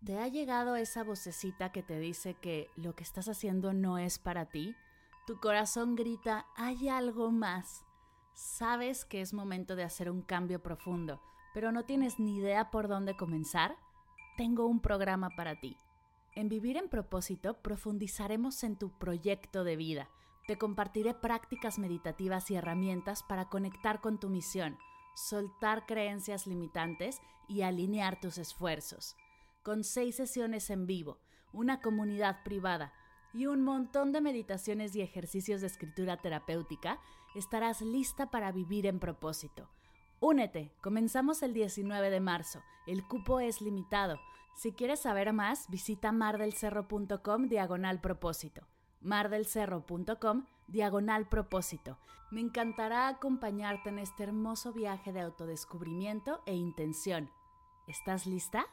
¿Te ha llegado esa vocecita que te dice que lo que estás haciendo no es para ti? Tu corazón grita, hay algo más. Sabes que es momento de hacer un cambio profundo, pero no tienes ni idea por dónde comenzar. Tengo un programa para ti. En Vivir en Propósito profundizaremos en tu proyecto de vida. Te compartiré prácticas meditativas y herramientas para conectar con tu misión, soltar creencias limitantes y alinear tus esfuerzos. Con 6 sesiones en vivo, una comunidad privada y un montón de meditaciones y ejercicios de escritura terapéutica, estarás lista para vivir en propósito. Únete, comenzamos el 19 de marzo, el cupo es limitado. Si quieres saber más, visita mardelcerro.com/propósito. mardelcerro.com/propósito. Me encantará acompañarte en este hermoso viaje de autodescubrimiento e intención. ¿Estás lista?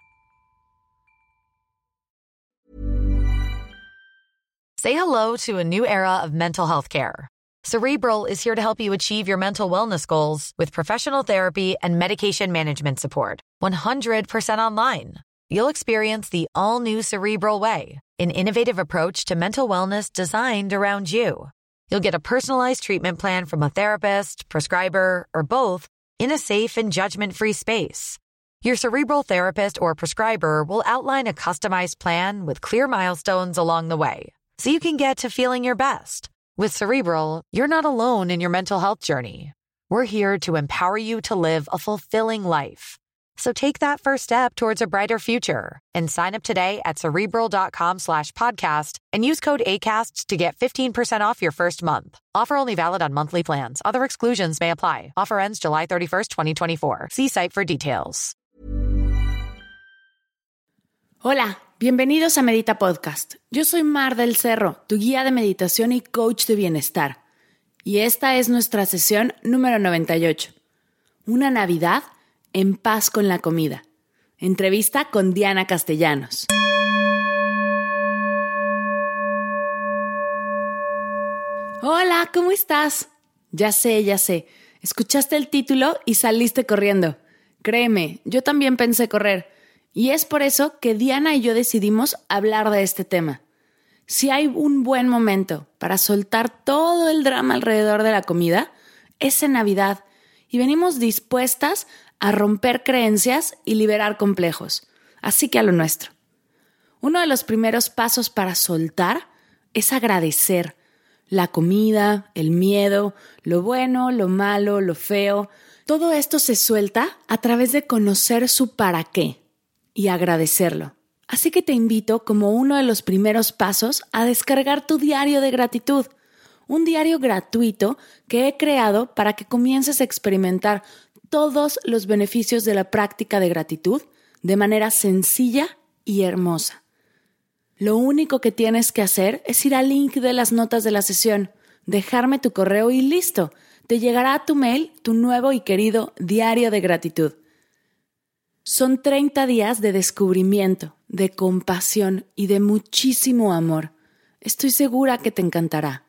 Say hello to a new era of mental health care. Cerebral is here to help you achieve your mental wellness goals with professional therapy and medication management support. 100% online. You'll experience the all-new Cerebral Way, an innovative approach to mental wellness designed around you. You'll get a personalized treatment plan from a therapist, prescriber, or both in a safe and judgment-free space. Your Cerebral therapist or prescriber will outline a customized plan with clear milestones along the way, so you can get to feeling your best. With Cerebral, you're not alone in your mental health journey. We're here to empower you to live a fulfilling life. So take that first step towards a brighter future and sign up today at Cerebral.com/podcast and use code ACAST to get 15% off your first month. Offer only valid on monthly plans. Other exclusions may apply. Offer ends July 31st, 2024. See site for details. Hola, bienvenidos a Medita Podcast. Yo soy Mar del Cerro, tu guía de meditación y coach de bienestar. Y esta es nuestra sesión número 98. Una Navidad en paz con la comida. Entrevista con Diana Castellanos. Hola, ¿cómo estás? Ya sé. Escuchaste el título y saliste corriendo. Créeme, yo también pensé correr. Y es por eso que Diana y yo decidimos hablar de este tema. Si hay un buen momento para soltar todo el drama alrededor de la comida, es en Navidad. Y venimos dispuestas a romper creencias y liberar complejos. Así que a lo nuestro. Uno de los primeros pasos para soltar es agradecer. La comida, el miedo, lo bueno, lo malo, lo feo. Todo esto se suelta a través de conocer su para qué y agradecerlo. Así que te invito, como uno de los primeros pasos, a descargar tu diario de gratitud. Un diario gratuito que he creado para que comiences a experimentar todos los beneficios de la práctica de gratitud de manera sencilla y hermosa. Lo único que tienes que hacer es ir al link de las notas de la sesión, dejarme tu correo y listo. Te llegará a tu mail tu nuevo y querido diario de gratitud. Son 30 días de descubrimiento, de compasión y de muchísimo amor. Estoy segura que te encantará.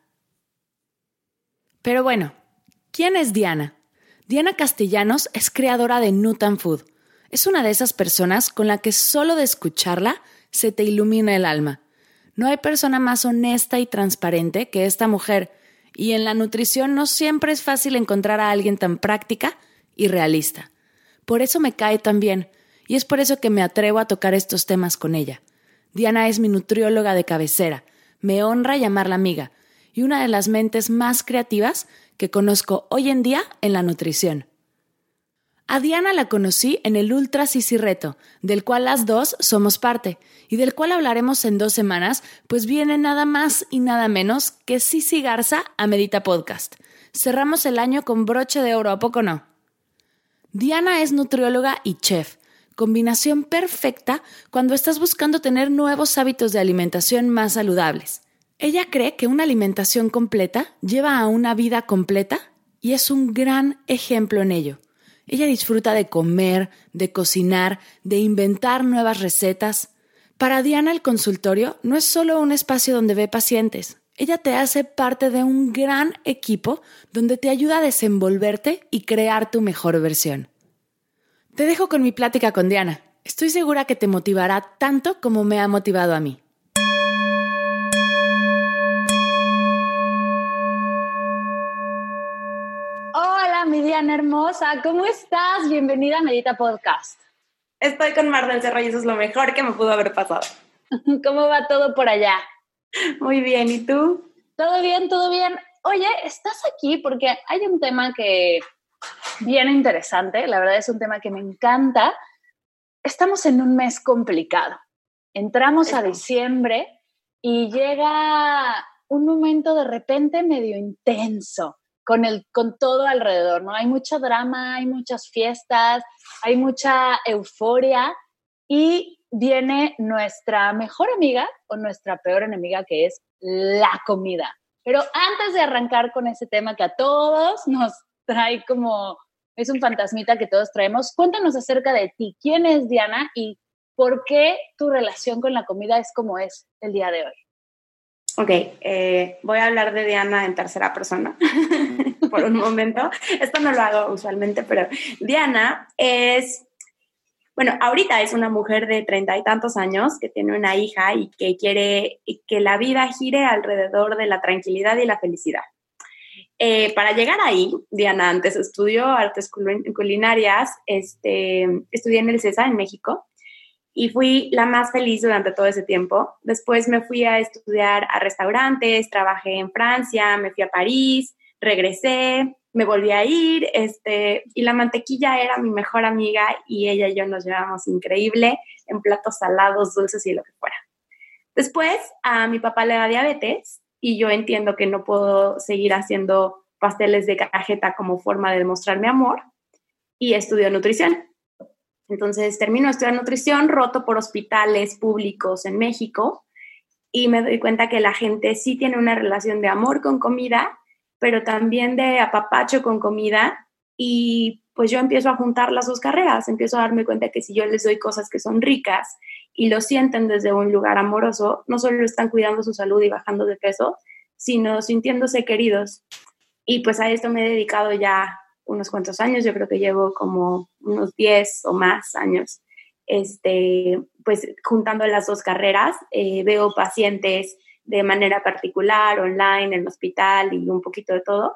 Pero bueno, ¿quién es Diana? Diana Castellanos es creadora de Newton Food. Es una de esas personas con la que solo de escucharla se te ilumina el alma. No hay persona más honesta y transparente que esta mujer, y en la nutrición no siempre es fácil encontrar a alguien tan práctica y realista. Por eso me cae tan bien, y es por eso que me atrevo a tocar estos temas con ella. Diana es mi nutrióloga de cabecera, me honra llamarla amiga, y una de las mentes más creativas que conozco hoy en día en la nutrición. A Diana la conocí en el Ultra Sisi Reto, del cual las dos somos parte, y del cual hablaremos en 2 semanas, pues viene nada más y nada menos que Sisi Garza a Medita Podcast. Cerramos el año con broche de oro, ¿a poco no? Diana es nutrióloga y chef, combinación perfecta cuando estás buscando tener nuevos hábitos de alimentación más saludables. Ella cree que una alimentación completa lleva a una vida completa y es un gran ejemplo en ello. Ella disfruta de comer, de cocinar, de inventar nuevas recetas. Para Diana, el consultorio no es solo un espacio donde ve pacientes. Ella te hace parte de un gran equipo donde te ayuda a desenvolverte y crear tu mejor versión. Te dejo con mi plática con Diana. Estoy segura que te motivará tanto como me ha motivado a mí. Hola, mi Diana hermosa, ¿cómo estás? Bienvenida a Medita Podcast. Estoy con Mar del Cerro y eso es lo mejor que me pudo haber pasado. ¿Cómo va todo por allá? Muy bien, ¿y tú? Todo bien, todo bien. Oye, estás aquí porque hay un tema que viene interesante, la verdad es un tema que me encanta. Estamos en un mes complicado. Entramos a diciembre y llega un momento de repente medio intenso con todo alrededor, ¿no? Hay mucho drama, hay muchas fiestas, hay mucha euforia y viene nuestra mejor amiga o nuestra peor enemiga, que es la comida. Pero antes de arrancar con ese tema que a todos nos trae como, es un fantasmita que todos traemos, cuéntanos acerca de ti. ¿Quién es Diana y por qué tu relación con la comida es como es el día de hoy? Ok, voy a hablar de Diana en tercera persona por un momento. Esto no lo hago usualmente, pero Diana es, bueno, ahorita es una mujer de 30 y tantos años que tiene una hija y que quiere que la vida gire alrededor de la tranquilidad y la felicidad. Para llegar ahí, Diana antes estudió artes culinarias, estudié en el CESA en México y fui la más feliz durante todo ese tiempo. Después me fui a estudiar a restaurantes, trabajé en Francia, me fui a París, regresé, me volví a ir, y la mantequilla era mi mejor amiga y ella y yo nos llevábamos increíble en platos salados, dulces y lo que fuera. Después a mi papá le da diabetes y yo entiendo que no puedo seguir haciendo pasteles de cajeta como forma de demostrar mi amor y estudio nutrición. Entonces termino de estudiar nutrición, roto por hospitales públicos en México y me doy cuenta que la gente sí tiene una relación de amor con comida, pero también de apapacho con comida y pues yo empiezo a juntar las dos carreras, empiezo a darme cuenta que si yo les doy cosas que son ricas y lo sienten desde un lugar amoroso, no solo están cuidando su salud y bajando de peso, sino sintiéndose queridos. Y pues a esto me he dedicado ya unos cuantos años, yo creo que llevo como unos 10 o más años, pues juntando las dos carreras, veo pacientes de manera particular, online, en el hospital y un poquito de todo.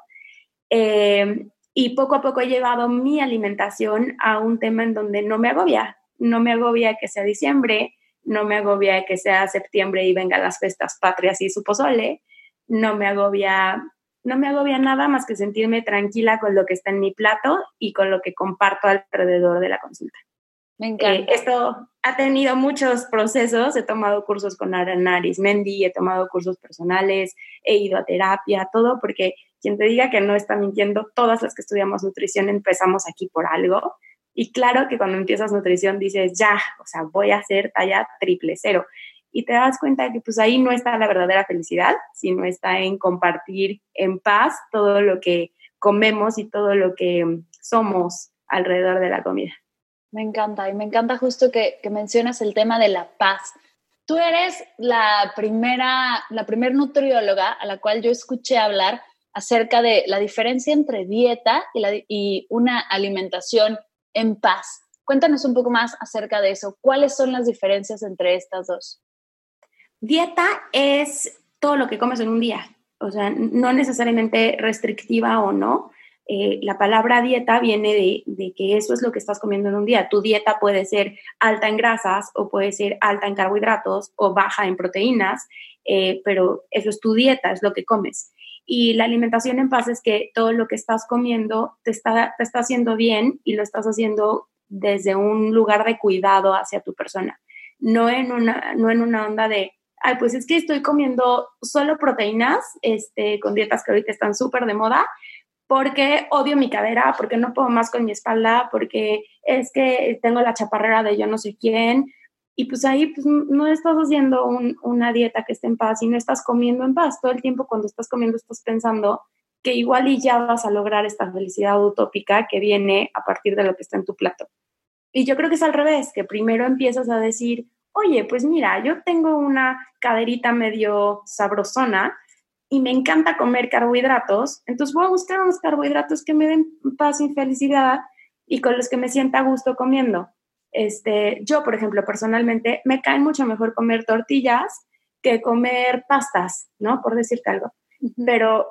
Y poco a poco he llevado mi alimentación a un tema en donde no me agobia que sea diciembre, no me agobia que sea septiembre y vengan las fiestas patrias y su pozole, no me agobia nada más que sentirme tranquila con lo que está en mi plato y con lo que comparto alrededor de la consulta. Me encanta. Esto ha tenido muchos procesos, he tomado cursos con Ana Arismendi, he tomado cursos personales, he ido a terapia, todo, porque quien te diga que no está mintiendo, todas las que estudiamos nutrición empezamos aquí por algo. Y claro que cuando empiezas nutrición dices, ya, o sea, voy a hacer talla 000. Y te das cuenta que pues ahí no está la verdadera felicidad, sino está en compartir en paz todo lo que comemos y todo lo que somos alrededor de la comida. Me encanta, y me encanta justo que mencionas el tema de la paz. Tú eres la primer nutrióloga a la cual yo escuché hablar acerca de la diferencia entre dieta y una alimentación en paz. Cuéntanos un poco más acerca de eso. ¿Cuáles son las diferencias entre estas dos? Dieta es todo lo que comes en un día, o sea, no necesariamente restrictiva o no. La palabra dieta viene de que eso es lo que estás comiendo en un día. Tu dieta puede ser alta en grasas o puede ser alta en carbohidratos o baja en proteínas, pero eso es tu dieta, es lo que comes. Y la alimentación en paz es que todo lo que estás comiendo te está haciendo bien y lo estás haciendo desde un lugar de cuidado hacia tu persona, no en una onda de ay, pues es que estoy comiendo solo proteínas, con dietas que ahorita están súper de moda, porque odio mi cadera, porque no puedo más con mi espalda, porque es que tengo la chaparrera de yo no sé quién, y pues ahí pues, no estás haciendo una dieta que esté en paz y no estás comiendo en paz. Todo el tiempo cuando estás comiendo estás pensando que igual y ya vas a lograr esta felicidad utópica que viene a partir de lo que está en tu plato. Y yo creo que es al revés, que primero empiezas a decir, oye, pues mira, yo tengo una caderita medio sabrosona y me encanta comer carbohidratos, entonces voy a buscar unos carbohidratos que me den paz y felicidad y con los que me sienta a gusto comiendo. Yo, por ejemplo, personalmente, me cae mucho mejor comer tortillas que comer pastas, ¿no? Por decirte algo. Uh-huh. Pero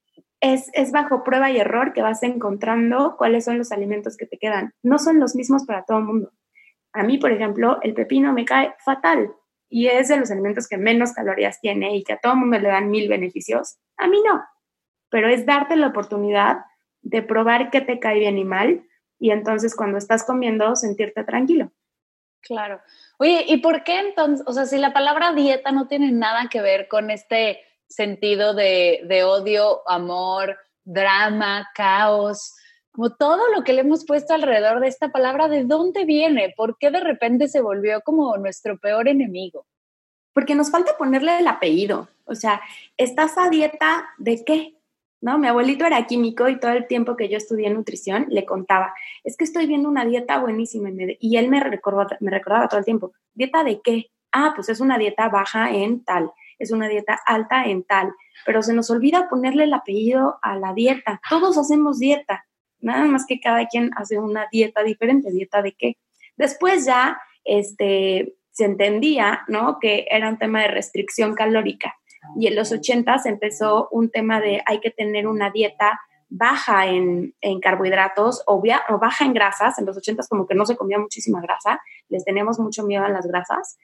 es bajo prueba y error que vas encontrando cuáles son los alimentos que te quedan. No son los mismos para todo el mundo. A mí, por ejemplo, el pepino me cae fatal y es de los alimentos que menos calorías tiene y que a todo el mundo le dan 1000 beneficios. A mí no, pero es darte la oportunidad de probar qué te cae bien y mal y entonces cuando estás comiendo sentirte tranquilo. Claro. Oye, ¿y por qué entonces, o sea, si la palabra dieta no tiene nada que ver con este sentido de odio, amor, drama, caos, como todo lo que le hemos puesto alrededor de esta palabra, ¿de dónde viene? ¿Por qué de repente se volvió como nuestro peor enemigo? Porque nos falta ponerle el apellido. O sea, ¿estás a dieta de qué? ¿No? Mi abuelito era químico y todo el tiempo que yo estudié nutrición le contaba, es que estoy viendo una dieta buenísima y él me recordaba todo el tiempo, ¿dieta de qué? Ah, pues es una dieta baja en tal, es una dieta alta en tal, pero se nos olvida ponerle el apellido a la dieta. Todos hacemos dieta, nada más que cada quien hace una dieta diferente. ¿Dieta de qué? Después ya se entendía, ¿no? Que era un tema de restricción calórica. Y en los 80s empezó un tema de hay que tener una dieta baja en carbohidratos o baja en grasas. En los 80s como que no se comía muchísima grasa, les teníamos mucho miedo a las grasas.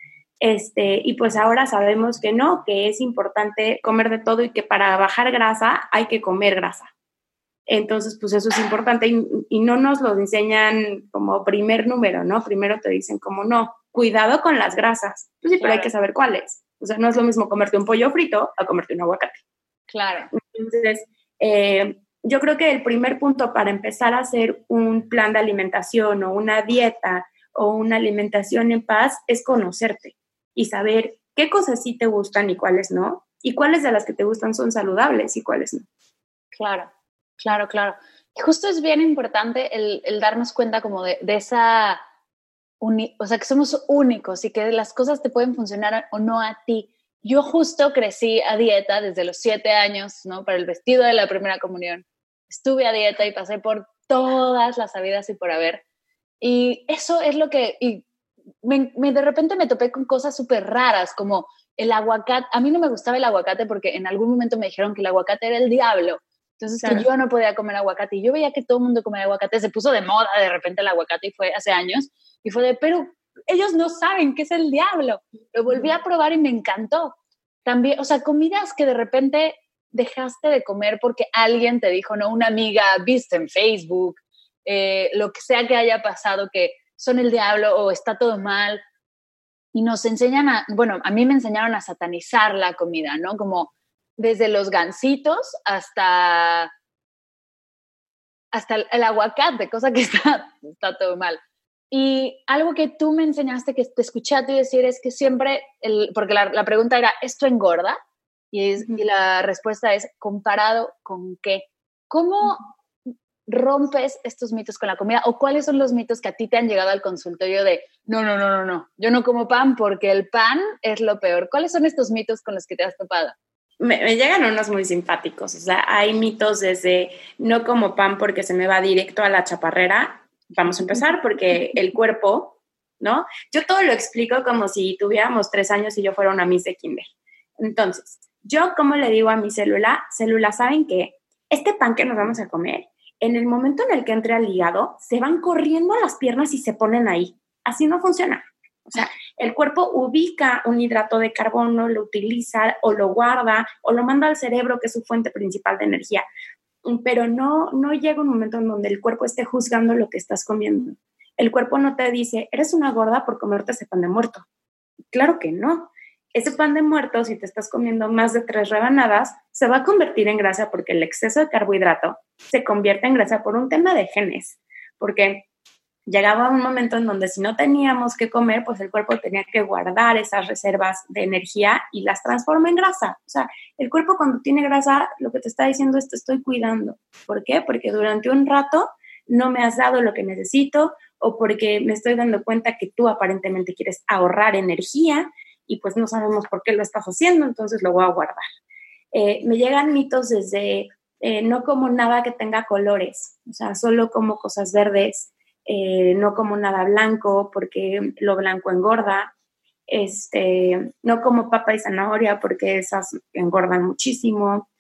Y pues ahora sabemos que no, que es importante comer de todo y que para bajar grasa hay que comer grasa. Entonces, pues eso es importante y no nos lo enseñan como primer número, ¿no? Primero te dicen como no, cuidado con las grasas. Pues sí, claro. Pero hay que saber cuáles. O sea, no es lo mismo comerte un pollo frito a comerte un aguacate. Claro. Entonces, yo creo que el primer punto para empezar a hacer un plan de alimentación o una dieta o una alimentación en paz es conocerte y saber qué cosas sí te gustan y cuáles no, y cuáles de las que te gustan son saludables y cuáles no. Claro. Y justo es bien importante el darnos cuenta como de esa... o sea, que somos únicos y que las cosas te pueden funcionar o no a ti. Yo justo crecí a dieta desde los 7 años, ¿no? Para el vestido de la primera comunión. Estuve a dieta y pasé por todas las habidas y por haber. Y eso es lo que... Y de repente me topé con cosas súper raras, como el aguacate. A mí no me gustaba el aguacate porque en algún momento me dijeron que el aguacate era el diablo. Entonces, claro, que yo no podía comer aguacate. Y yo veía que todo el mundo comía aguacate. Se puso de moda de repente el aguacate y fue hace años. Y fue de, pero ellos no saben qué es el diablo. Lo volví a probar y me encantó. También, o sea, comidas que de repente dejaste de comer porque alguien te dijo, no, una amiga, viste en Facebook, lo que sea que haya pasado, que son el diablo o está todo mal. Y nos enseñan a mí me enseñaron a satanizar la comida, ¿no? Como desde los gansitos hasta el aguacate, cosa que está todo mal. Y algo que tú me enseñaste, que te escuché a ti decir, es que siempre, porque la pregunta era, ¿esto engorda? Y la respuesta es, ¿comparado con qué? ¿Cómo rompes estos mitos con la comida? ¿O cuáles son los mitos que a ti te han llegado al consultorio de, no, yo no como pan porque el pan es lo peor? ¿Cuáles son estos mitos con los que te has topado? Me llegan unos muy simpáticos. O sea, hay mitos desde no como pan porque se me va directo a la chaparrera. Vamos a empezar porque el cuerpo, ¿no? Yo todo lo explico como si tuviéramos 3 años y yo fuera una Miss de Kinder. Entonces, yo como le digo a mi célula, ¿saben qué? Este pan que nos vamos a comer, en el momento en el que entre al hígado, se van corriendo las piernas y se ponen ahí. Así no funciona. O sea, el cuerpo ubica un hidrato de carbono, lo utiliza o lo guarda o lo manda al cerebro, que es su fuente principal de energía. Pero no llega un momento en donde el cuerpo esté juzgando lo que estás comiendo. El cuerpo no te dice, eres una gorda por comerte ese pan de muerto. Claro que no. Ese pan de muerto, si te estás comiendo más de 3 rebanadas, se va a convertir en grasa porque el exceso de carbohidrato se convierte en grasa por un tema de genes. Porque llegaba un momento en donde si no teníamos que comer, pues el cuerpo tenía que guardar esas reservas de energía y las transforma en grasa. O sea, el cuerpo cuando tiene grasa, lo que te está diciendo es te estoy cuidando. ¿Por qué? Porque durante un rato no me has dado lo que necesito o porque me estoy dando cuenta que tú aparentemente quieres ahorrar energía y pues no sabemos por qué lo estás haciendo, entonces lo voy a guardar. Me llegan mitos desde no como nada que tenga colores, o sea, solo como cosas verdes. no como nada blanco porque lo blanco engorda, no como papa y zanahoria porque esas engordan muchísimo,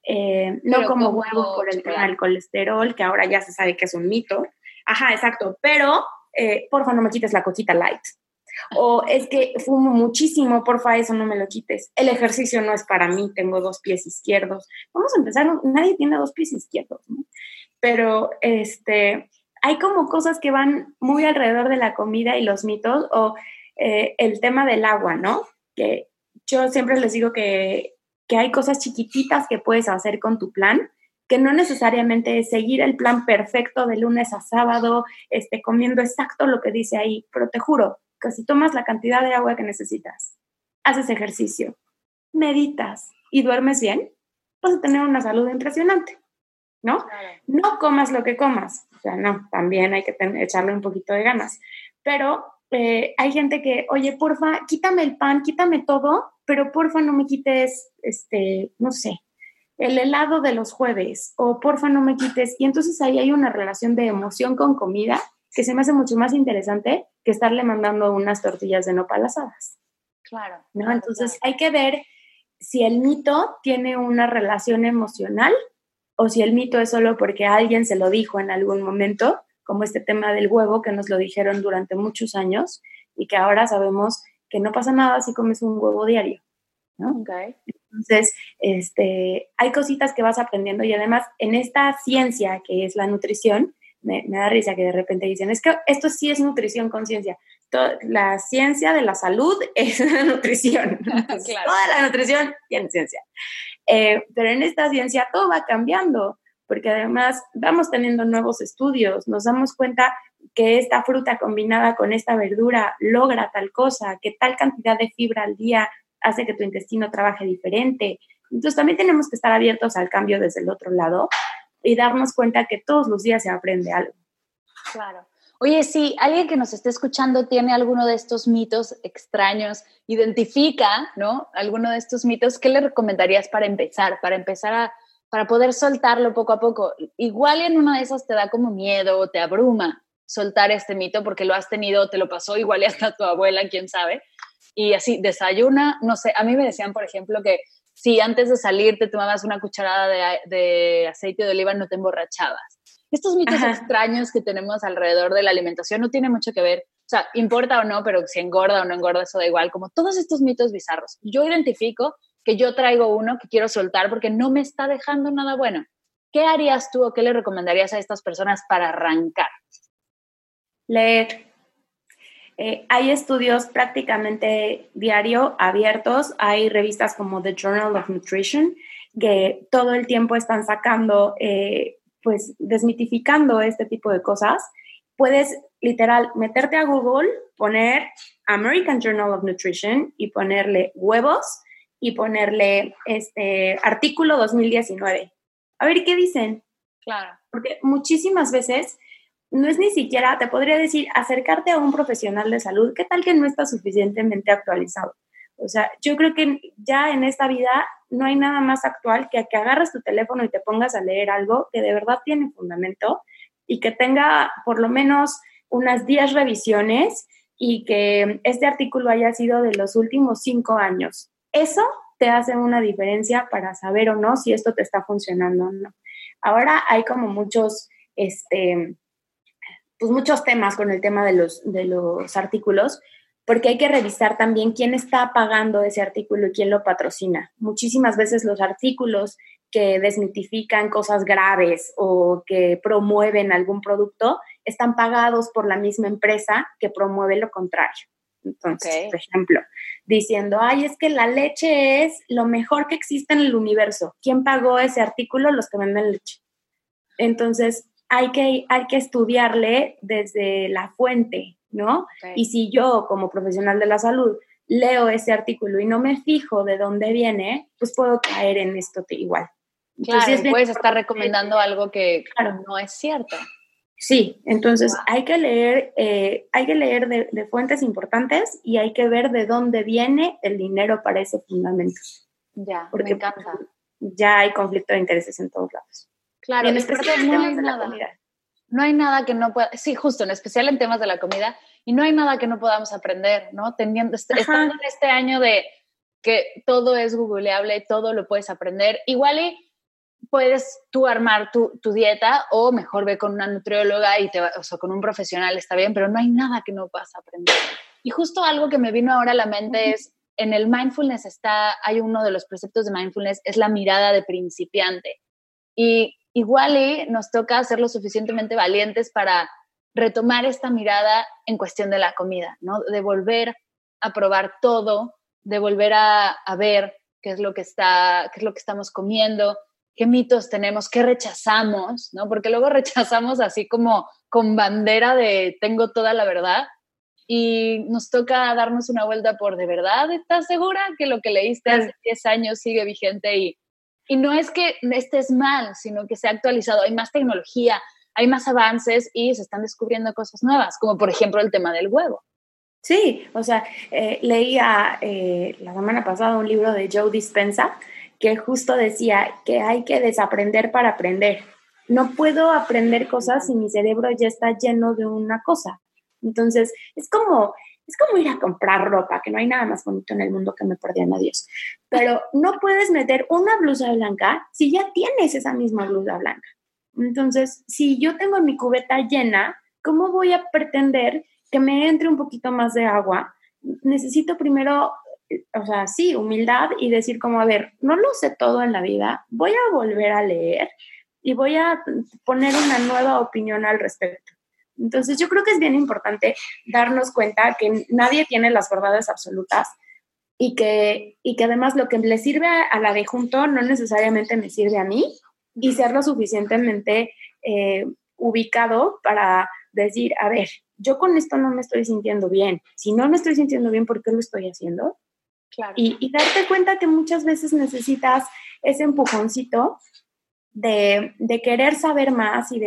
no como huevo por el tema del colesterol, que ahora ya se sabe que es un mito. Ajá, exacto, pero porfa no me quites la coquita light. O es que fumo muchísimo, porfa, eso no me lo quites. El ejercicio no es para mí, tengo 2 pies izquierdos. Vamos a empezar, nadie tiene 2 pies izquierdos, ¿no? Pero hay como cosas que van muy alrededor de la comida y los mitos, o el tema del agua, ¿no? Que yo siempre les digo que hay cosas chiquititas que puedes hacer con tu plan, que no necesariamente es seguir el plan perfecto de lunes a sábado, comiendo exacto lo que dice ahí, pero te juro que si tomas la cantidad de agua que necesitas, haces ejercicio, meditas y duermes bien, vas a tener una salud impresionante, ¿no? Claro. No comas lo que comas, o sea, no, también hay que echarle un poquito de ganas, pero hay gente que, oye, porfa, quítame el pan, quítame todo, pero porfa no me quites, no sé, el helado de los jueves, o porfa no me quites, y entonces ahí hay una relación de emoción con comida que se me hace mucho más interesante que estarle mandando unas tortillas de nopal asadas. Claro. ¿No? Claro, entonces claro. hay que ver si el mito tiene una relación emocional o si el mito es solo porque alguien se lo dijo en algún momento, como este tema del huevo que nos lo dijeron durante muchos años y que ahora sabemos que no pasa nada si comes un huevo diario, ¿no? Okay. Entonces, hay cositas que vas aprendiendo y además en esta ciencia que es la nutrición, me da risa que de repente dicen, es que esto sí es nutrición con ciencia. La ciencia de la salud es la nutrición. Entonces, Claro. Toda la nutrición tiene ciencia. Pero en esta ciencia todo va cambiando, porque además vamos teniendo nuevos estudios, nos damos cuenta que esta fruta combinada con esta verdura logra tal cosa, que tal cantidad de fibra al día hace que tu intestino trabaje diferente. Entonces también tenemos que estar abiertos al cambio desde el otro lado y darnos cuenta que todos los días se aprende algo. Claro. Oye, si alguien que nos esté escuchando tiene alguno de estos mitos extraños, identifica, ¿no? Alguno de estos mitos, ¿qué le recomendarías para empezar? Para poder soltarlo poco a poco. Igual en una de esas te da como miedo o te abruma soltar este mito porque lo has tenido, te lo pasó igual y hasta tu abuela, quién sabe. Y así, desayuna, no sé, a mí me decían, por ejemplo, que si antes de salir te tomabas una cucharada de aceite de oliva, no te emborrachabas. Estos mitos extraños que tenemos alrededor de la alimentación no tienen mucho que ver, o sea, importa o no, pero si engorda o no engorda, eso da igual, como todos estos mitos bizarros. Yo identifico que yo traigo uno que quiero soltar porque no me está dejando nada bueno. ¿Qué harías tú o qué le recomendarías a estas personas para arrancar? Leer. Hay estudios prácticamente diario abiertos, hay revistas como The Journal of Nutrition que todo el tiempo están sacando, pues desmitificando este tipo de cosas. Puedes literal meterte a Google, poner American Journal of Nutrition y ponerle huevos y ponerle artículo 2019. A ver qué dicen. Claro. Porque muchísimas veces no es ni siquiera, te podría decir, acercarte a un profesional de salud, ¿qué tal que no está suficientemente actualizado? O sea, yo creo que ya en esta vida no hay nada más actual que agarres tu teléfono y te pongas a leer algo que de verdad tiene fundamento y que tenga por lo menos unas 10 revisiones y que este artículo haya sido de los últimos 5 años. Eso te hace una diferencia para saber o no si esto te está funcionando o no. Ahora hay como muchos, pues muchos temas con el tema de los artículos, porque hay que revisar también quién está pagando ese artículo y quién lo patrocina. Muchísimas veces los artículos que desmitifican cosas graves o que promueven algún producto están pagados por la misma empresa que promueve lo contrario. Entonces, por ejemplo, diciendo, ay, es que la leche es lo mejor que existe en el universo. ¿Quién pagó ese artículo? Los que venden leche. Entonces, hay que estudiarle desde la fuente, ¿no? Y si yo, como profesional de la salud, leo ese artículo y no me fijo de dónde viene, pues puedo caer en esto igual. Entonces, claro, puedes estar recomendando algo que no es cierto. Sí, entonces hay que leer de fuentes importantes y hay que ver de dónde viene el dinero para ese fundamento. Ya, porque me encanta. Ya hay conflicto de intereses en todos lados. Claro, y en especial no hay de nada. la comida. no hay nada que no pueda, sí, justo, en especial en temas de la comida, y no hay nada que no podamos aprender, ¿no? Estando en este año de que todo es googleable, todo lo puedes aprender, igual y puedes tú armar tu dieta o mejor ve con una nutrióloga o sea, con un profesional, está bien, pero no hay nada que no puedas aprender. Y justo algo que me vino ahora a la mente es, en el mindfulness hay uno de los preceptos de mindfulness, es la mirada de principiante. Y igual nos toca ser lo suficientemente valientes para retomar esta mirada en cuestión de la comida, ¿no? De volver a probar todo, de volver a ver qué es lo que estamos comiendo, qué mitos tenemos, qué rechazamos, ¿no? Porque luego rechazamos así como con bandera de tengo toda la verdad y nos toca darnos una vuelta por ¿de verdad estás segura que lo que leíste hace 10 años sigue vigente? Y no es que estés mal, sino que se ha actualizado, hay más tecnología, hay más avances y se están descubriendo cosas nuevas, como por ejemplo el tema del huevo. Sí, o sea, leía la semana pasada un libro de Joe Dispenza que justo decía que hay que desaprender para aprender. No puedo aprender cosas si mi cerebro ya está lleno de una cosa. Entonces, es como ir a comprar ropa, que no hay nada más bonito en el mundo que me perdían a Dios. Pero no puedes meter una blusa blanca si ya tienes esa misma blusa blanca. Entonces, si yo tengo mi cubeta llena, ¿cómo voy a pretender que me entre un poquito más de agua? Necesito primero, o sea, sí, humildad y decir como, a ver, no lo sé todo en la vida, voy a volver a leer y voy a poner una nueva opinión al respecto. Entonces, yo creo que es bien importante darnos cuenta que nadie tiene las verdades absolutas y que además lo que le sirve a la de junto no necesariamente me sirve a mí, y ser lo suficientemente ubicado para decir, a ver, yo con esto no me estoy sintiendo bien. Si no me estoy sintiendo bien, ¿por qué lo estoy haciendo? Claro. Y darte cuenta que muchas veces necesitas ese empujoncito de querer saber más y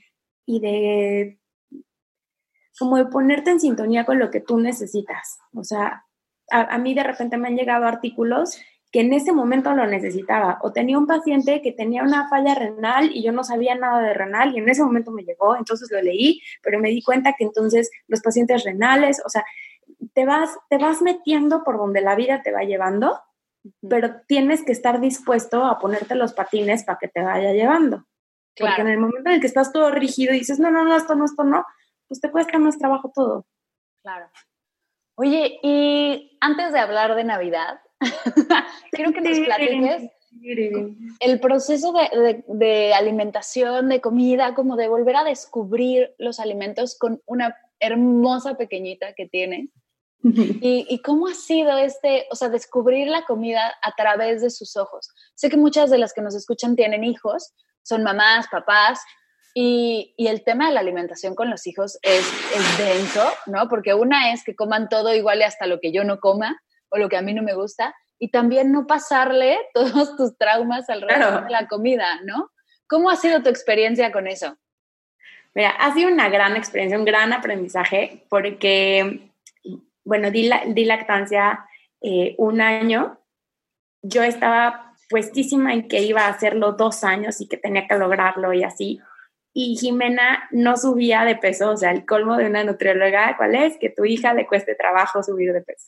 de como de ponerte en sintonía con lo que tú necesitas. O sea, a mí de repente me han llegado artículos que en ese momento lo necesitaba, o tenía un paciente que tenía una falla renal y yo no sabía nada de renal y en ese momento me llegó, entonces lo leí, pero me di cuenta que entonces los pacientes renales, o sea, te vas metiendo por donde la vida te va llevando, pero tienes que estar dispuesto a ponerte los patines para que te vaya llevando. Claro. Porque en el momento en el que estás todo rígido y dices, no, esto no, pues te cuesta más trabajo todo. Claro. Oye, y antes de hablar de Navidad, quiero que nos platiques el proceso de alimentación, de comida, como de volver a descubrir los alimentos con una hermosa pequeñita que tienes. Y cómo ha sido o sea, descubrir la comida a través de sus ojos. Sé que muchas de las que nos escuchan tienen hijos, son mamás, papás, y el tema de la alimentación con los hijos es denso, ¿no? Porque una es que coman todo igual y hasta lo que yo no coma o lo que a mí no me gusta, y también no pasarle todos tus traumas alrededor de la comida, ¿no? ¿Cómo ha sido tu experiencia con eso? Mira, ha sido una gran experiencia, un gran aprendizaje, porque, bueno, di lactancia 1 año. Yo estaba puestísima en que iba a hacerlo 2 años y que tenía que lograrlo y así. Y Jimena no subía de peso, o sea, el colmo de una nutrióloga, ¿cuál es? Que tu hija le cueste trabajo subir de peso.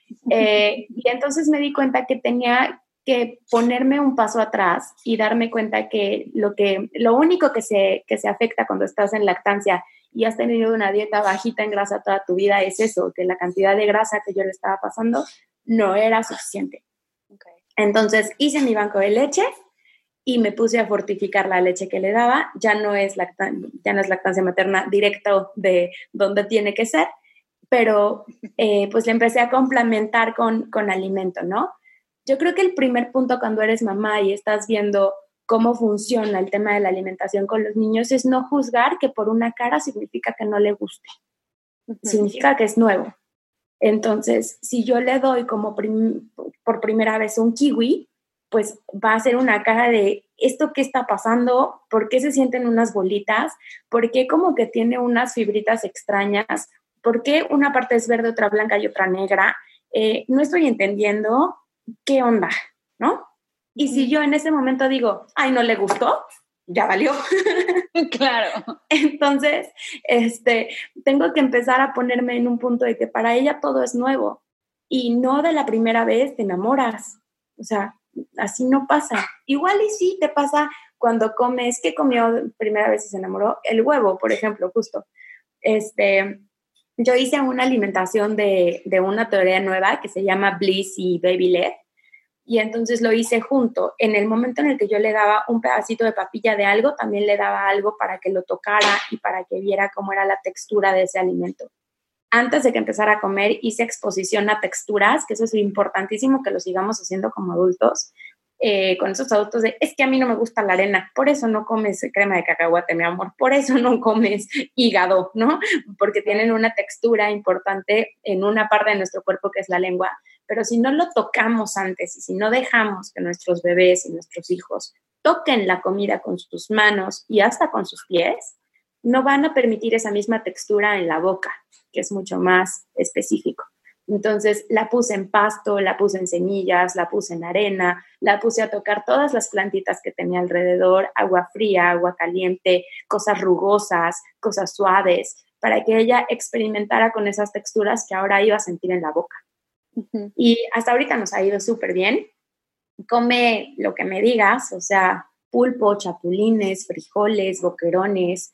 Y entonces me di cuenta que tenía que ponerme un paso atrás y darme cuenta que lo único que se afecta cuando estás en lactancia y has tenido una dieta bajita en grasa toda tu vida es eso, que la cantidad de grasa que yo le estaba pasando no era suficiente. Okay. Entonces hice mi banco de leche y me puse a fortificar la leche que le daba. Ya no es lactancia materna directo de donde tiene que ser, pero pues le empecé a complementar con alimento, ¿no? Yo creo que el primer punto cuando eres mamá y estás viendo cómo funciona el tema de la alimentación con los niños es no juzgar que por una cara significa que no le guste. Significa que es nuevo. Entonces, si yo le doy como por primera vez un kiwi, pues va a ser una cara de ¿esto qué está pasando? ¿Por qué se sienten unas bolitas? ¿Por qué como que tiene unas fibritas extrañas? ¿Por qué una parte es verde, otra blanca y otra negra? No estoy entendiendo qué onda, ¿no? Y si yo en ese momento digo, ay, ¿no le gustó? ya valió. Claro. Entonces, tengo que empezar a ponerme en un punto de que para ella todo es nuevo y no de la primera vez te enamoras. O sea, así no pasa. Igual y sí te pasa cuando comes, ¿qué comió primera vez y se enamoró? El huevo, por ejemplo, justo. Yo hice una alimentación de una teoría nueva que se llama Bliss y Baby Led. Y entonces lo hice junto. En el momento en el que yo le daba un pedacito de papilla de algo, también le daba algo para que lo tocara y para que viera cómo era la textura de ese alimento. Antes de que empezara a comer, hice exposición a texturas, que eso es importantísimo que lo sigamos haciendo como adultos, con esos adultos de, es que a mí no me gusta la arena, por eso no comes crema de cacahuate, mi amor, por eso no comes hígado, ¿no? Porque tienen una textura importante en una parte de nuestro cuerpo que es la lengua. Pero si no lo tocamos antes y si no dejamos que nuestros bebés y nuestros hijos toquen la comida con sus manos y hasta con sus pies, no van a permitir esa misma textura en la boca, que es mucho más específico. Entonces la puse en pasto, la puse en semillas, la puse en arena, la puse a tocar todas las plantitas que tenía alrededor, agua fría, agua caliente, cosas rugosas, cosas suaves, para que ella experimentara con esas texturas que ahora iba a sentir en la boca. Uh-huh. Y hasta ahorita nos ha ido súper bien. Come lo que me digas, o sea, pulpo, chapulines, frijoles, boquerones,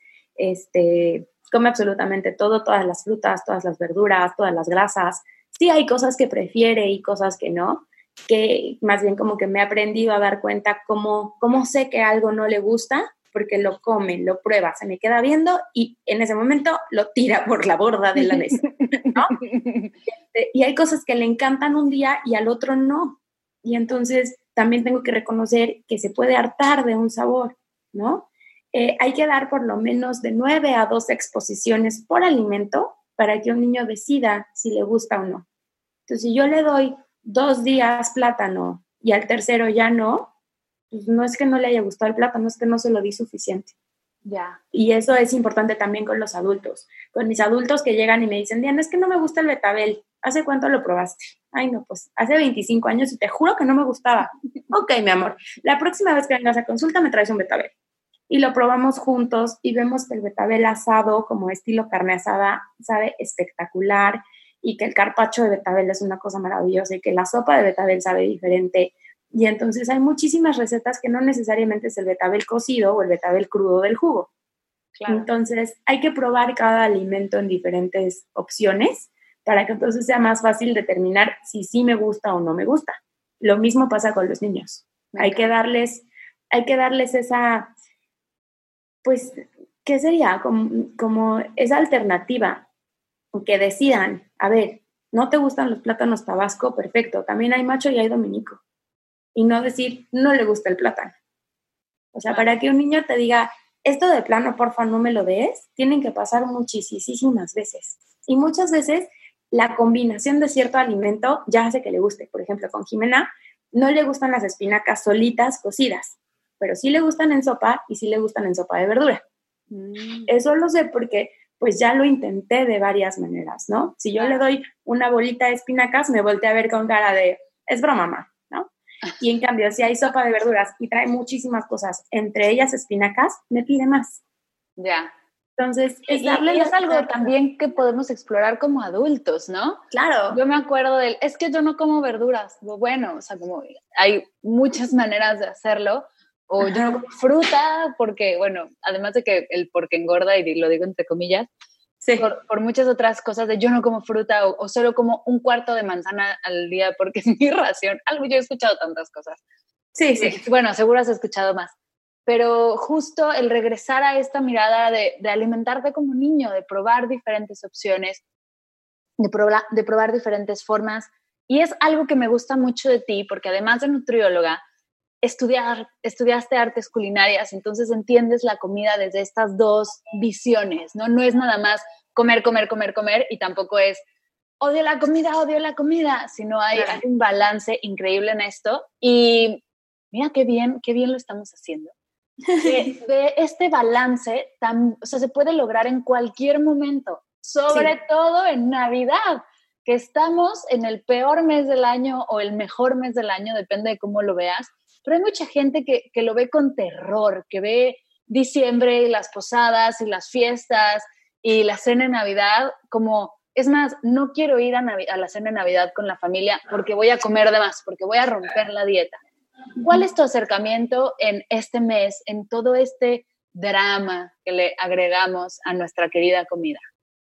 come absolutamente todo, todas las frutas, todas las verduras, todas las grasas. Sí hay cosas que prefiere y cosas que no, que más bien como que me he aprendido a dar cuenta cómo sé que algo no le gusta, porque lo come, lo prueba, se me queda viendo y en ese momento lo tira por la borda de la mesa, ¿no? Y hay cosas que le encantan un día y al otro no. Y entonces también tengo que reconocer que se puede hartar de un sabor, ¿no? Hay que dar por lo menos de 9 a 12 exposiciones por alimento para que un niño decida si le gusta o no. Entonces, si yo le doy 2 días plátano y al tercero ya no, pues no es que no le haya gustado el plátano, es que no se lo di suficiente. Ya. Y eso es importante también con los adultos. Con mis adultos que llegan y me dicen, Diana, es que no me gusta el betabel. ¿Hace cuánto lo probaste? Ay, no, pues hace 25 años y te juro que no me gustaba. Ok, mi amor, la próxima vez que vengas a consulta me traes un betabel. Y lo probamos juntos y vemos que el betabel asado, como estilo carne asada, sabe espectacular y que el carpaccio de betabel es una cosa maravillosa y que la sopa de betabel sabe diferente. Y entonces hay muchísimas recetas que no necesariamente es el betabel cocido o el betabel crudo del jugo. Claro. Entonces hay que probar cada alimento en diferentes opciones para que entonces sea más fácil determinar si sí me gusta o no me gusta. Lo mismo pasa con los niños. Hay que darles esa, pues, ¿qué sería? Como esa alternativa, que decidan, a ver, ¿no te gustan los plátanos tabasco? Perfecto, también hay macho y hay dominico. Y no decir, no le gusta el plátano. O sea, para que un niño te diga, esto de plano, porfa, no me lo des, tienen que pasar muchísimas veces. Y muchas veces la combinación de cierto alimento ya hace que le guste. Por ejemplo, con Jimena no le gustan las espinacas solitas, cocidas, pero sí le gustan en sopa y sí le gustan en sopa de verdura. Eso lo sé porque pues ya lo intenté de varias maneras, ¿no? Si yo le doy una bolita de espinacas, me voltea a ver con cara de, es broma, mamá, ¿no? Y en cambio, si hay sopa de verduras y trae muchísimas cosas, entre ellas espinacas, me pide más. Ya. Entonces, es algo también que podemos explorar como adultos, ¿no? Claro. Yo me acuerdo es que yo no como verduras. Bueno, o sea, como hay muchas maneras de hacerlo. O Ajá. Yo no como fruta porque, bueno, además de que el porque engorda, y lo digo entre comillas, sí. por muchas otras cosas de yo no como fruta o solo como un cuarto de manzana al día porque es mi ración. Algo, yo he escuchado tantas cosas. Sí, sí. Bueno, seguro has escuchado más. Pero justo el regresar a esta mirada de alimentarte como niño, de probar diferentes opciones, de probar diferentes formas. Y es algo que me gusta mucho de ti, porque además de nutrióloga, estudiaste artes culinarias, entonces entiendes la comida desde estas dos visiones, ¿no? No es nada más comer, y tampoco es odio la comida, sino hay un balance increíble en esto. Y mira qué bien lo estamos haciendo. De este balance, o sea, se puede lograr en cualquier momento, sobre todo en Navidad, que estamos en el peor mes del año o el mejor mes del año, depende de cómo lo veas, pero hay mucha gente que lo ve con terror, que ve diciembre y las posadas y las fiestas y la cena de Navidad como, es más, no quiero ir a la cena de Navidad con la familia porque voy a comer de más, porque voy a romper la dieta. ¿Cuál es tu acercamiento en este mes, en todo este drama que le agregamos a nuestra querida comida?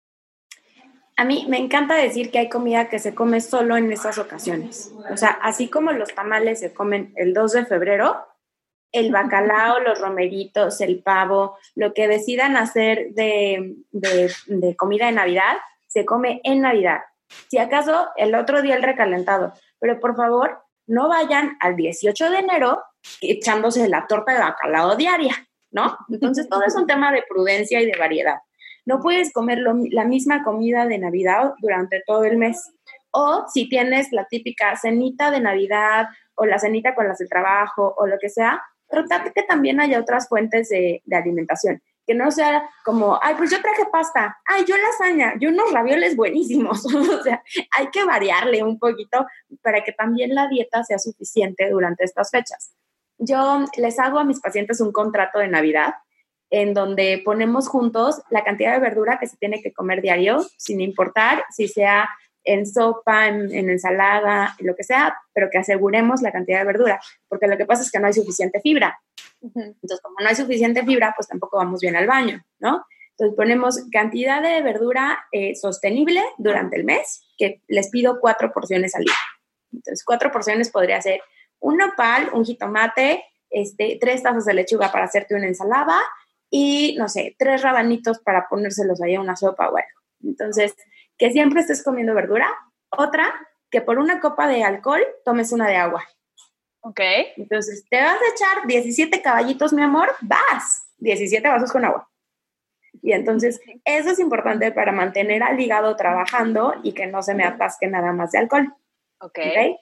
A mí me encanta decir que hay comida que se come solo en esas ocasiones. O sea, así como los tamales se comen el 2 de febrero, el bacalao, los romeritos, el pavo, lo que decidan hacer de comida de Navidad, se come en Navidad. Si acaso, el otro día el recalentado. Pero por favor, no vayan al 18 de enero echándose la torta de bacalao diaria, ¿no? Entonces, todo es un tema de prudencia y de variedad. No puedes comer la misma comida de Navidad durante todo el mes. O si tienes la típica cenita de Navidad o la cenita con las del trabajo o lo que sea, tratar que también haya otras fuentes de alimentación. Que no sea como, ay, pues yo traje pasta, ay, yo lasaña, yo unos ravioles buenísimos. O sea, hay que variarle un poquito para que también la dieta sea suficiente durante estas fechas. Yo les hago a mis pacientes un contrato de Navidad en donde ponemos juntos la cantidad de verdura que se tiene que comer diario, sin importar si sea en sopa, en ensalada, lo que sea, pero que aseguremos la cantidad de verdura, porque lo que pasa es que no hay suficiente fibra. Entonces, como no hay suficiente fibra, pues tampoco vamos bien al baño, ¿no? Entonces, ponemos cantidad de verdura sostenible durante el mes, que les pido 4 porciones al día. Entonces, 4 porciones podría ser un nopal, un jitomate, 3 tazas de lechuga para hacerte una ensalada y, no sé, 3 rabanitos para ponérselos ahí a una sopa o algo. Entonces, que siempre estés comiendo verdura. Otra, que por una copa de alcohol tomes una de agua. Ok. Entonces, te vas a echar 17 caballitos, mi amor, vas, 17 vasos con agua. Y entonces, eso es importante para mantener al hígado trabajando y que no se me atasque nada más de alcohol. Ok.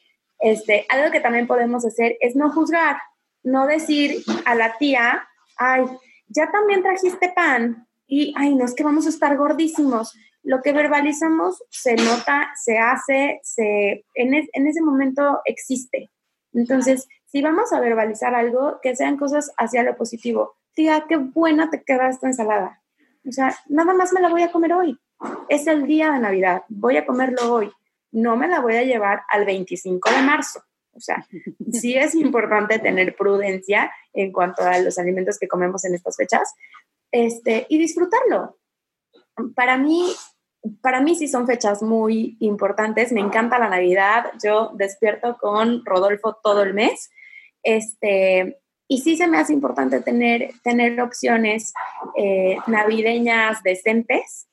Algo que también podemos hacer es no juzgar, no decir a la tía, ay, ya también trajiste pan y, ay, no, es que vamos a estar gordísimos. Lo que verbalizamos se nota, se hace, en ese momento existe. Entonces, si vamos a verbalizar algo, que sean cosas hacia lo positivo. Tía, qué buena te queda esta ensalada. O sea, nada más me la voy a comer hoy. Es el día de Navidad, voy a comerlo hoy. No me la voy a llevar al 25 de marzo. O sea, sí es importante tener prudencia en cuanto a los alimentos que comemos en estas fechas, y disfrutarlo. Para mí sí son fechas muy importantes. Me encanta la Navidad. Yo despierto con Rodolfo todo el mes. Y sí se me hace importante tener opciones navideñas decentes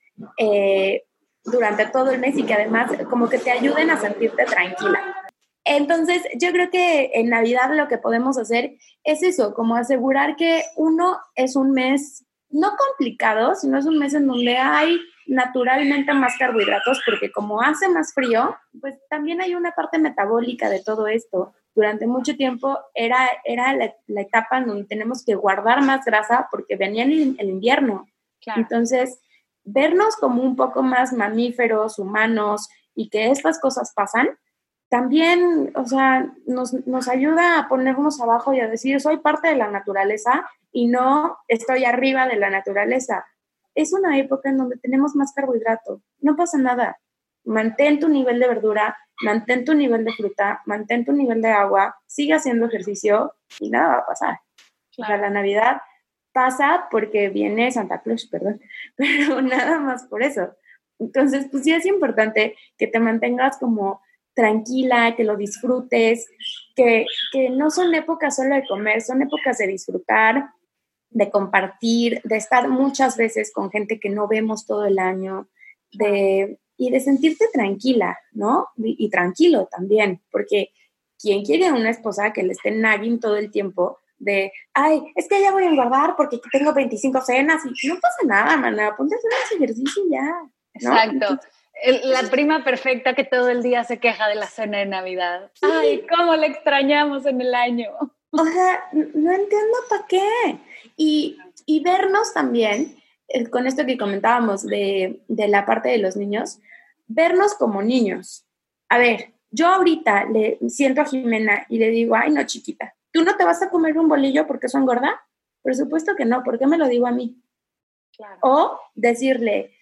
durante todo el mes y que además como que te ayuden a sentirte tranquila. Entonces, yo creo que en Navidad lo que podemos hacer es eso, como asegurar que uno es un mes no complicado, sino es un mes en donde hay naturalmente más carbohidratos, porque como hace más frío, pues también hay una parte metabólica de todo esto. Durante mucho tiempo era la etapa en donde tenemos que guardar más grasa porque venía el invierno. Claro. Entonces, vernos como un poco más mamíferos, humanos, y que estas cosas pasan, también, o sea, nos ayuda a ponernos abajo y a decir, soy parte de la naturaleza y no estoy arriba de la naturaleza. Es una época en donde tenemos más carbohidrato. No pasa nada. Mantén tu nivel de verdura, mantén tu nivel de fruta, mantén tu nivel de agua, sigue haciendo ejercicio y nada va a pasar. Claro. O sea, la Navidad pasa porque viene Santa Claus, perdón, pero nada más por eso. Entonces, pues sí es importante que te mantengas como tranquila, que lo disfrutes, que no son épocas solo de comer, son épocas de disfrutar, de compartir, de estar muchas veces con gente que no vemos todo el año, y de sentirte tranquila, ¿no? Y tranquilo también, porque quien quiere una esposa que le esté nagging todo el tiempo de, ay, es que ya voy a engordar porque tengo 25 cenas y no pasa nada, maná, ponte a hacer ese ejercicio y ya, ¿no? Exacto. Entonces, la prima perfecta que todo el día se queja de la cena de Navidad. Sí. Ay, cómo la extrañamos en el año. O sea, no entiendo para qué. Y vernos también, con esto que comentábamos de la parte de los niños, vernos como niños. A ver, yo ahorita le siento a Jimena y le digo, ay, no, chiquita, ¿tú no te vas a comer un bolillo porque eso engorda? Por supuesto que no, ¿por qué me lo digo a mí? Claro. O decirle,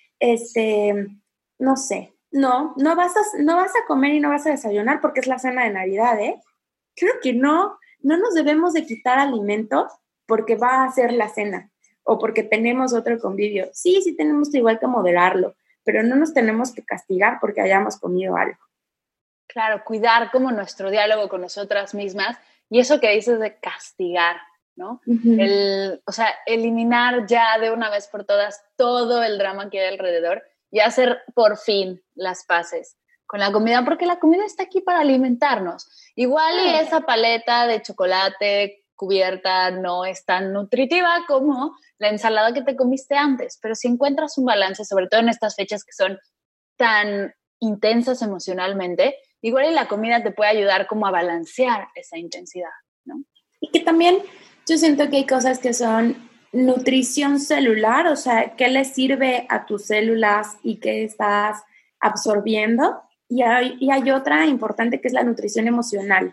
no sé, no vas a comer y no vas a desayunar porque es la cena de Navidad, ¿eh? Creo que no nos debemos de quitar alimento porque va a ser la cena o porque tenemos otro convivio. Sí tenemos igual que moderarlo, pero no nos tenemos que castigar porque hayamos comido algo. Claro, cuidar como nuestro diálogo con nosotras mismas y eso que dices de castigar, ¿no? Uh-huh. O sea, eliminar ya de una vez por todas todo el drama que hay alrededor y hacer por fin las paces con la comida, porque la comida está aquí para alimentarnos. Igual y esa paleta de chocolate cubierta no es tan nutritiva como la ensalada que te comiste antes, pero si encuentras un balance, sobre todo en estas fechas que son tan intensas emocionalmente, igual y la comida te puede ayudar como a balancear esa intensidad, ¿no? Y que también yo siento que hay cosas que son nutrición celular, o sea, qué le sirve a tus células y qué estás absorbiendo. Y hay otra importante que es la nutrición emocional.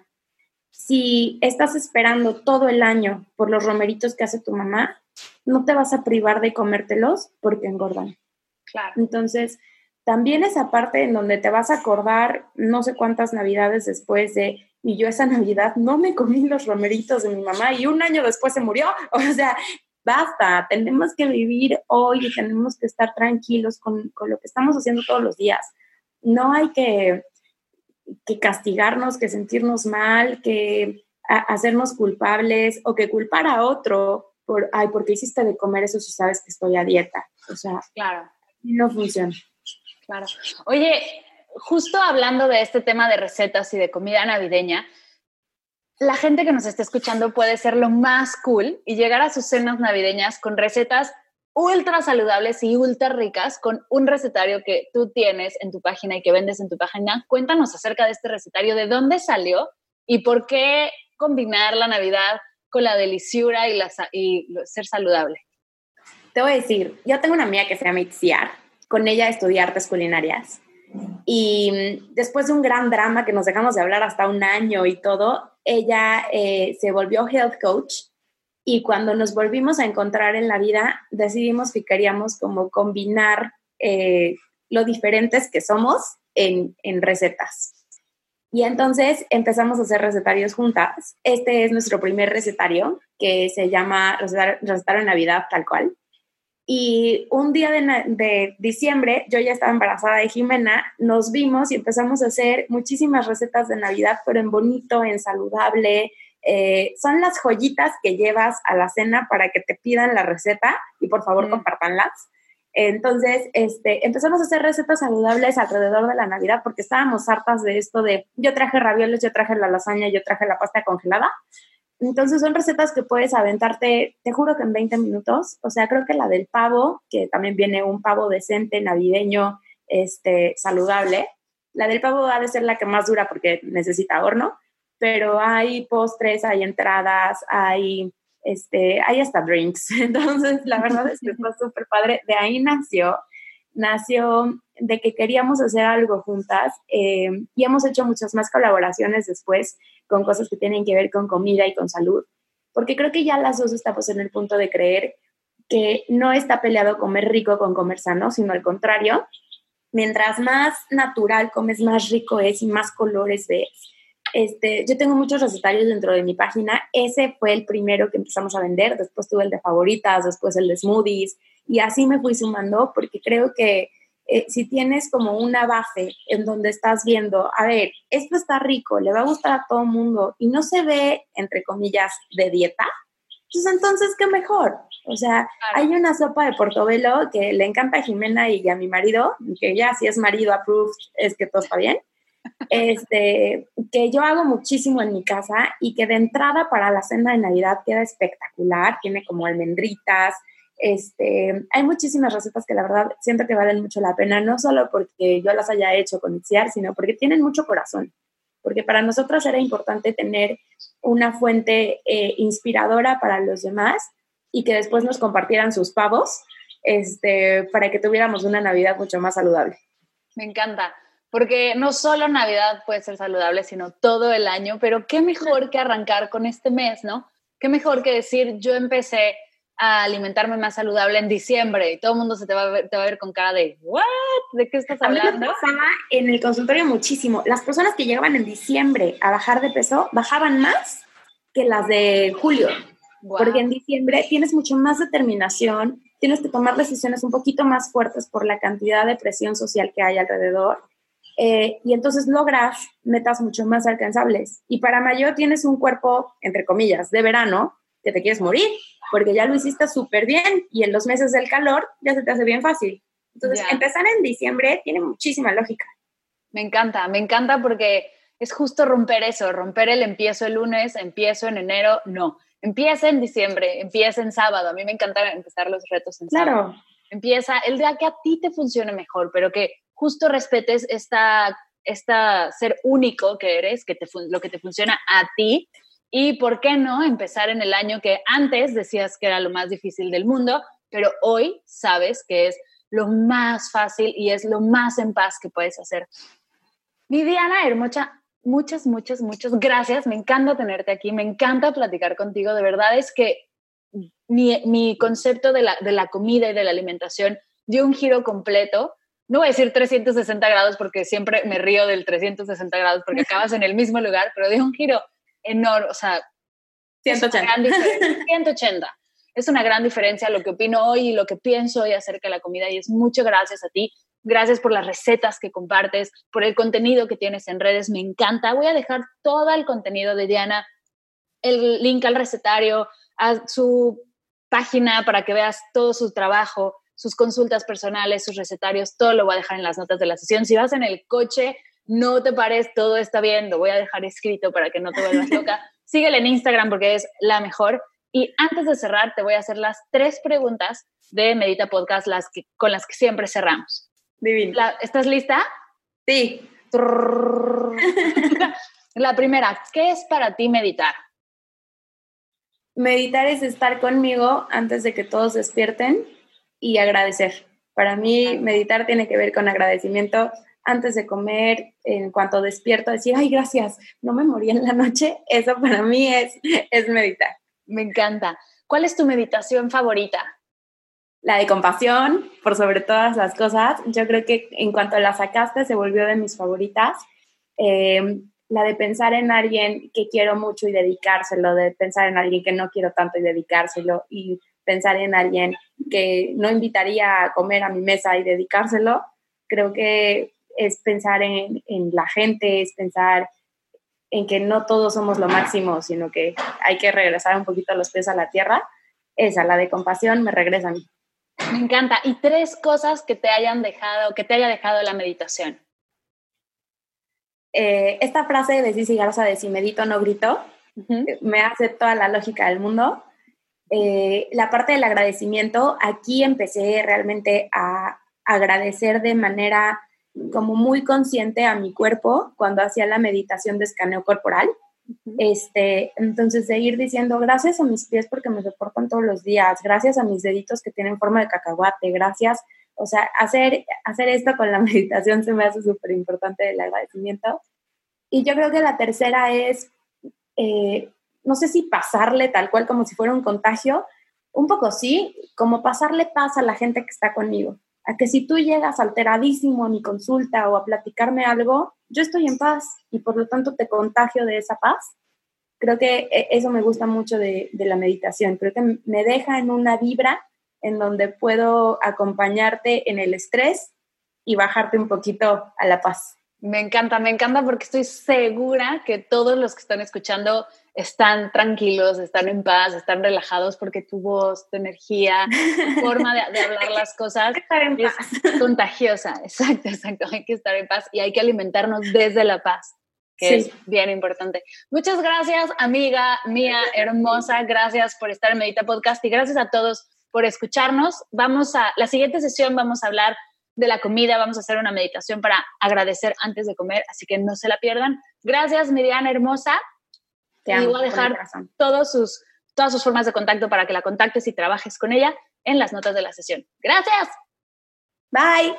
Si estás esperando todo el año por los romeritos que hace tu mamá, no te vas a privar de comértelos porque engordan. Claro. Entonces, también esa parte en donde te vas a acordar no sé cuántas navidades después de, y yo esa Navidad no me comí los romeritos de mi mamá y un año después se murió. O sea, basta, tenemos que vivir hoy y tenemos que estar tranquilos con lo que estamos haciendo todos los días. No hay que castigarnos, que sentirnos mal, que hacernos culpables o que culpar a otro ¿por qué hiciste de comer eso si sabes que estoy a dieta? O sea, claro, no funciona. Claro. Oye, justo hablando de este tema de recetas y de comida navideña, la gente que nos está escuchando puede ser lo más cool y llegar a sus cenas navideñas con recetas ultra saludables y ultra ricas, con un recetario que tú tienes en tu página y que vendes en tu página. Cuéntanos acerca de este recetario, de dónde salió y por qué combinar la Navidad con la deliciura y ser saludable. Te voy a decir, yo tengo una amiga que se llama Itziar, con ella estudié artes culinarias y después de un gran drama que nos dejamos de hablar hasta un año y todo, ella se volvió health coach. Y cuando nos volvimos a encontrar en la vida, decidimos que queríamos como combinar lo diferentes que somos en recetas. Y entonces empezamos a hacer recetarios juntas. Este es nuestro primer recetario, que se llama Recetario de Navidad, tal cual. Y un día de diciembre, yo ya estaba embarazada de Jimena, nos vimos y empezamos a hacer muchísimas recetas de Navidad, pero en bonito, en saludable. Son las joyitas que llevas a la cena para que te pidan la receta y por favor compártanlas. Entonces, empezamos a hacer recetas saludables alrededor de la Navidad porque estábamos hartas de esto de yo traje ravioles, yo traje la lasaña, yo traje la pasta congelada. Entonces son recetas que puedes aventarte, te juro que en 20 minutos. O sea, creo que la del pavo, que también viene un pavo decente, navideño, saludable. La del pavo ha de ser la que más dura porque necesita horno, pero hay postres, hay entradas, hay hasta drinks. Entonces, la verdad es que está súper padre. De ahí nació de que queríamos hacer algo juntas y hemos hecho muchas más colaboraciones después con cosas que tienen que ver con comida y con salud, porque creo que ya las dos estamos en el punto de creer que no está peleado comer rico con comer sano, sino al contrario, mientras más natural comes, más rico es y más colores ves. Yo tengo muchos recetarios dentro de mi página. Ese fue el primero que empezamos a vender, después tuve el de favoritas, después el de smoothies y así me fui sumando porque creo que si tienes como una base en donde estás viendo, a ver, esto está rico, le va a gustar a todo el mundo y no se ve, entre comillas, de dieta, pues entonces, ¿qué mejor? O sea, hay una sopa de portobelo que le encanta a Jimena y a mi marido, que ya si es marido approved es que todo está bien, que yo hago muchísimo en mi casa y que de entrada para la cena de Navidad queda espectacular, tiene como almendritas. Hay muchísimas recetas que la verdad siento que valen mucho la pena, no solo porque yo las haya hecho con Itziar, sino porque tienen mucho corazón, porque para nosotras era importante tener una fuente inspiradora para los demás y que después nos compartieran sus pavos para que tuviéramos una Navidad mucho más saludable. Me encanta, porque no solo Navidad puede ser saludable, sino todo el año, pero qué mejor que arrancar con este mes, ¿no? qué mejor que decir, yo empecé a alimentarme más saludable en diciembre y todo el mundo te va a ver con cara de, ¿what? ¿De qué estás hablando? A mí me pasaba en el consultorio muchísimo. Las personas que llegaban en diciembre a bajar de peso bajaban más que las de julio. Wow. Porque en diciembre tienes mucho más determinación, tienes que tomar decisiones un poquito más fuertes por la cantidad de presión social que hay alrededor. Y entonces logras metas mucho más alcanzables. Y para mayo tienes un cuerpo, entre comillas, de verano, que te quieres morir, porque ya lo hiciste súper bien y en los meses del calor ya se te hace bien fácil. Entonces, empezar en diciembre tiene muchísima lógica. Me encanta porque es justo romper eso, romper el empiezo el lunes, empiezo en enero, no. Empieza en diciembre, empieza en sábado. A mí me encanta empezar los retos en sábado. Empieza el día que a ti te funcione mejor, pero que justo respetes esta ser único que eres, lo que te funciona a ti. Y ¿por qué no empezar en el año que antes decías que era lo más difícil del mundo, pero hoy sabes que es lo más fácil y es lo más en paz que puedes hacer? Mi Diana hermosa, muchas gracias. Me encanta tenerte aquí, me encanta platicar contigo. De verdad es que mi concepto de la comida y de la alimentación dio un giro completo. No voy a decir 360 grados porque siempre me río del 360 grados porque acabas en el mismo lugar, pero dio un giro enorme, o sea, 180. 180. Es una gran diferencia lo que opino hoy y lo que pienso hoy acerca de la comida, y es mucho gracias a ti. Gracias por las recetas que compartes, por el contenido que tienes en redes. Me encanta. Voy a dejar todo el contenido de Diana, el link al recetario, a su página para que veas todo su trabajo, sus consultas personales, sus recetarios. Todo lo voy a dejar en las notas de la sesión. Si vas en el coche, no te pares, todo está bien. Lo voy a dejar escrito para que no te vuelvas loca. Síguele en Instagram porque es la mejor. Y antes de cerrar, te voy a hacer las 3 preguntas de Medita Podcast, con las que siempre cerramos. Divino. ¿Estás lista? Sí. La primera, ¿qué es para ti meditar? Meditar es estar conmigo antes de que todos despierten y agradecer. Para mí, meditar tiene que ver con agradecimiento antes de comer, en cuanto despierto, decir, ay, gracias, no me morí en la noche. Eso para mí es meditar. Me encanta. ¿Cuál es tu meditación favorita? La de compasión, por sobre todas las cosas. Yo creo que en cuanto la sacaste, se volvió de mis favoritas. La de pensar en alguien que quiero mucho y dedicárselo, de pensar en alguien que no quiero tanto y dedicárselo, y pensar en alguien que no invitaría a comer a mi mesa y dedicárselo. Creo que es pensar en la gente, es pensar en que no todos somos lo máximo, sino que hay que regresar un poquito los pies a la tierra. Esa, la de compasión, me regresa a mí. Me encanta. ¿Y 3 cosas que te haya dejado la meditación? Esta frase de Sisi Garza de si medito no grito, me hace toda la lógica del mundo. La parte del agradecimiento, aquí empecé realmente a agradecer de manera como muy consciente a mi cuerpo cuando hacía la meditación de escaneo corporal. Entonces de ir diciendo gracias a mis pies porque me soportan todos los días, gracias a mis deditos que tienen forma de cacahuate, gracias, o sea, hacer esto con la meditación se me hace súper importante, el agradecimiento. Y yo creo que la tercera es, no sé si pasarle tal cual como si fuera un contagio, un poco sí, como pasarle paz a la gente que está conmigo, a que si tú llegas alteradísimo a mi consulta o a platicarme algo, yo estoy en paz y por lo tanto te contagio de esa paz. Creo que eso me gusta mucho de la meditación. Creo que me deja en una vibra en donde puedo acompañarte en el estrés y bajarte un poquito a la paz. Me encanta porque estoy segura que todos los que están escuchando están tranquilos, están en paz, están relajados porque tu voz, tu energía, tu forma de hablar las cosas es contagiosa. Exacto. Hay que estar en paz y hay que alimentarnos desde la paz, que es bien importante. Muchas gracias, amiga mía hermosa. Gracias por estar en Medita Podcast y gracias a todos por escucharnos. La siguiente sesión vamos a hablar de la comida, vamos a hacer una meditación para agradecer antes de comer, así que no se la pierdan. Gracias, Miriana hermosa. Te amo, y voy a dejar todas sus formas de contacto para que la contactes y trabajes con ella en las notas de la sesión. ¡Gracias! Bye.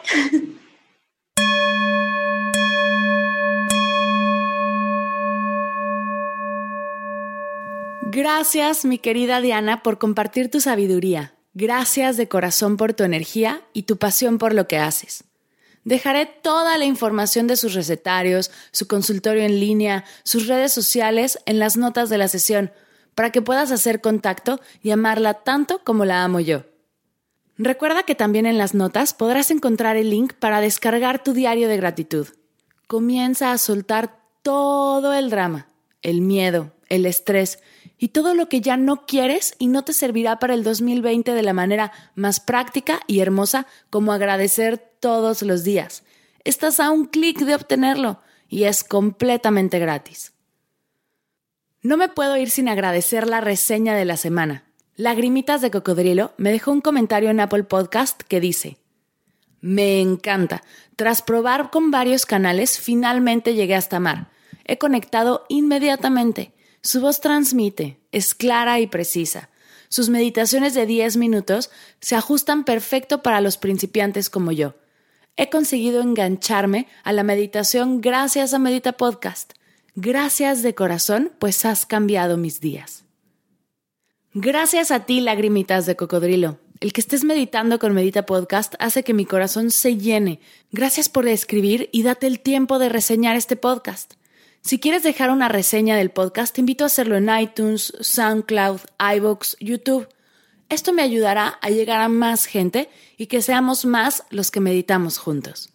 Gracias, mi querida Diana, por compartir tu sabiduría. Gracias de corazón por tu energía y tu pasión por lo que haces. Dejaré toda la información de sus recetarios, su consultorio en línea, sus redes sociales en las notas de la sesión para que puedas hacer contacto y amarla tanto como la amo yo. Recuerda que también en las notas podrás encontrar el link para descargar tu diario de gratitud. Comienza a soltar todo el drama, el miedo, el estrés y todo lo que ya no quieres y no te servirá para el 2020 de la manera más práctica y hermosa como agradecer todos los días. Estás a un clic de obtenerlo y es completamente gratis. No me puedo ir sin agradecer la reseña de la semana. Lagrimitas de Cocodrilo me dejó un comentario en Apple Podcast que dice: me encanta. Tras probar con varios canales, finalmente llegué hasta Mar. He conectado inmediatamente. Su voz transmite, es clara y precisa. Sus meditaciones de 10 minutos se ajustan perfecto para los principiantes como yo. He conseguido engancharme a la meditación gracias a Medita Podcast. Gracias de corazón, pues has cambiado mis días. Gracias a ti, Lagrimitas de Cocodrilo. El que estés meditando con Medita Podcast hace que mi corazón se llene. Gracias por escribir y date el tiempo de reseñar este podcast. Si quieres dejar una reseña del podcast, te invito a hacerlo en iTunes, SoundCloud, iVoox, YouTube. Esto me ayudará a llegar a más gente y que seamos más los que meditamos juntos.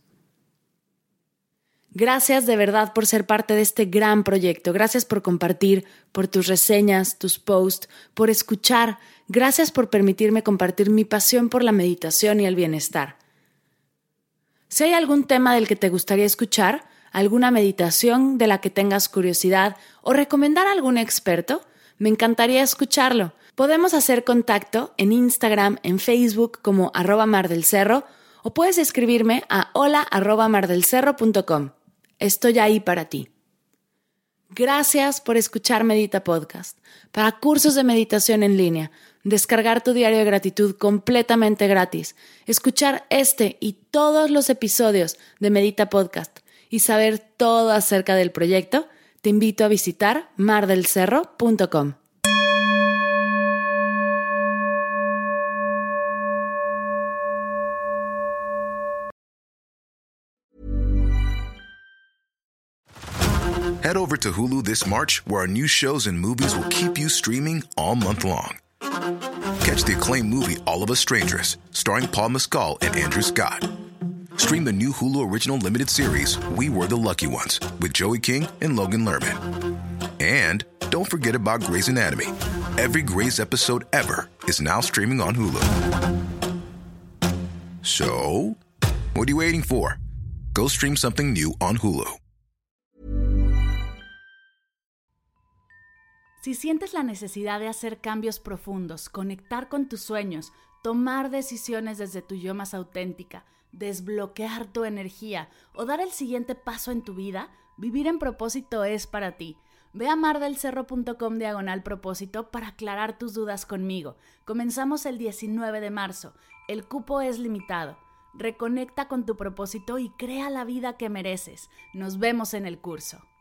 Gracias de verdad por ser parte de este gran proyecto. Gracias por compartir, por tus reseñas, tus posts, por escuchar. Gracias por permitirme compartir mi pasión por la meditación y el bienestar. Si hay algún tema del que te gustaría escuchar, alguna meditación de la que tengas curiosidad o recomendar a algún experto, me encantaría escucharlo. Podemos hacer contacto en Instagram, en Facebook como @mardelcerro o puedes escribirme a hola@mardelcerro.com. Estoy ahí para ti. Gracias por escuchar Medita Podcast. Para cursos de meditación en línea, descargar tu diario de gratitud completamente gratis, escuchar este y todos los episodios de Medita Podcast y saber todo acerca del proyecto, te invito a visitar mardelcerro.com. Head over to Hulu this March, where our new shows and movies will keep you streaming all month long. Catch the acclaimed movie All of Us Strangers, starring Paul Mescal and Andrew Scott. Stream the new Hulu original limited series We Were the Lucky Ones with Joey King and Logan Lerman. And don't forget about Grey's Anatomy. Every Grey's episode ever is now streaming on Hulu. So, what are you waiting for? Go stream something new on Hulu. Si sientes la necesidad de hacer cambios profundos, conectar con tus sueños, tomar decisiones desde tu yo más auténtica, desbloquear tu energía o dar el siguiente paso en tu vida, Vivir en Propósito es para ti. Ve a mardelcerro.com/propósito para aclarar tus dudas conmigo. Comenzamos el 19 de marzo. El cupo es limitado. Reconecta con tu propósito y crea la vida que mereces. Nos vemos en el curso.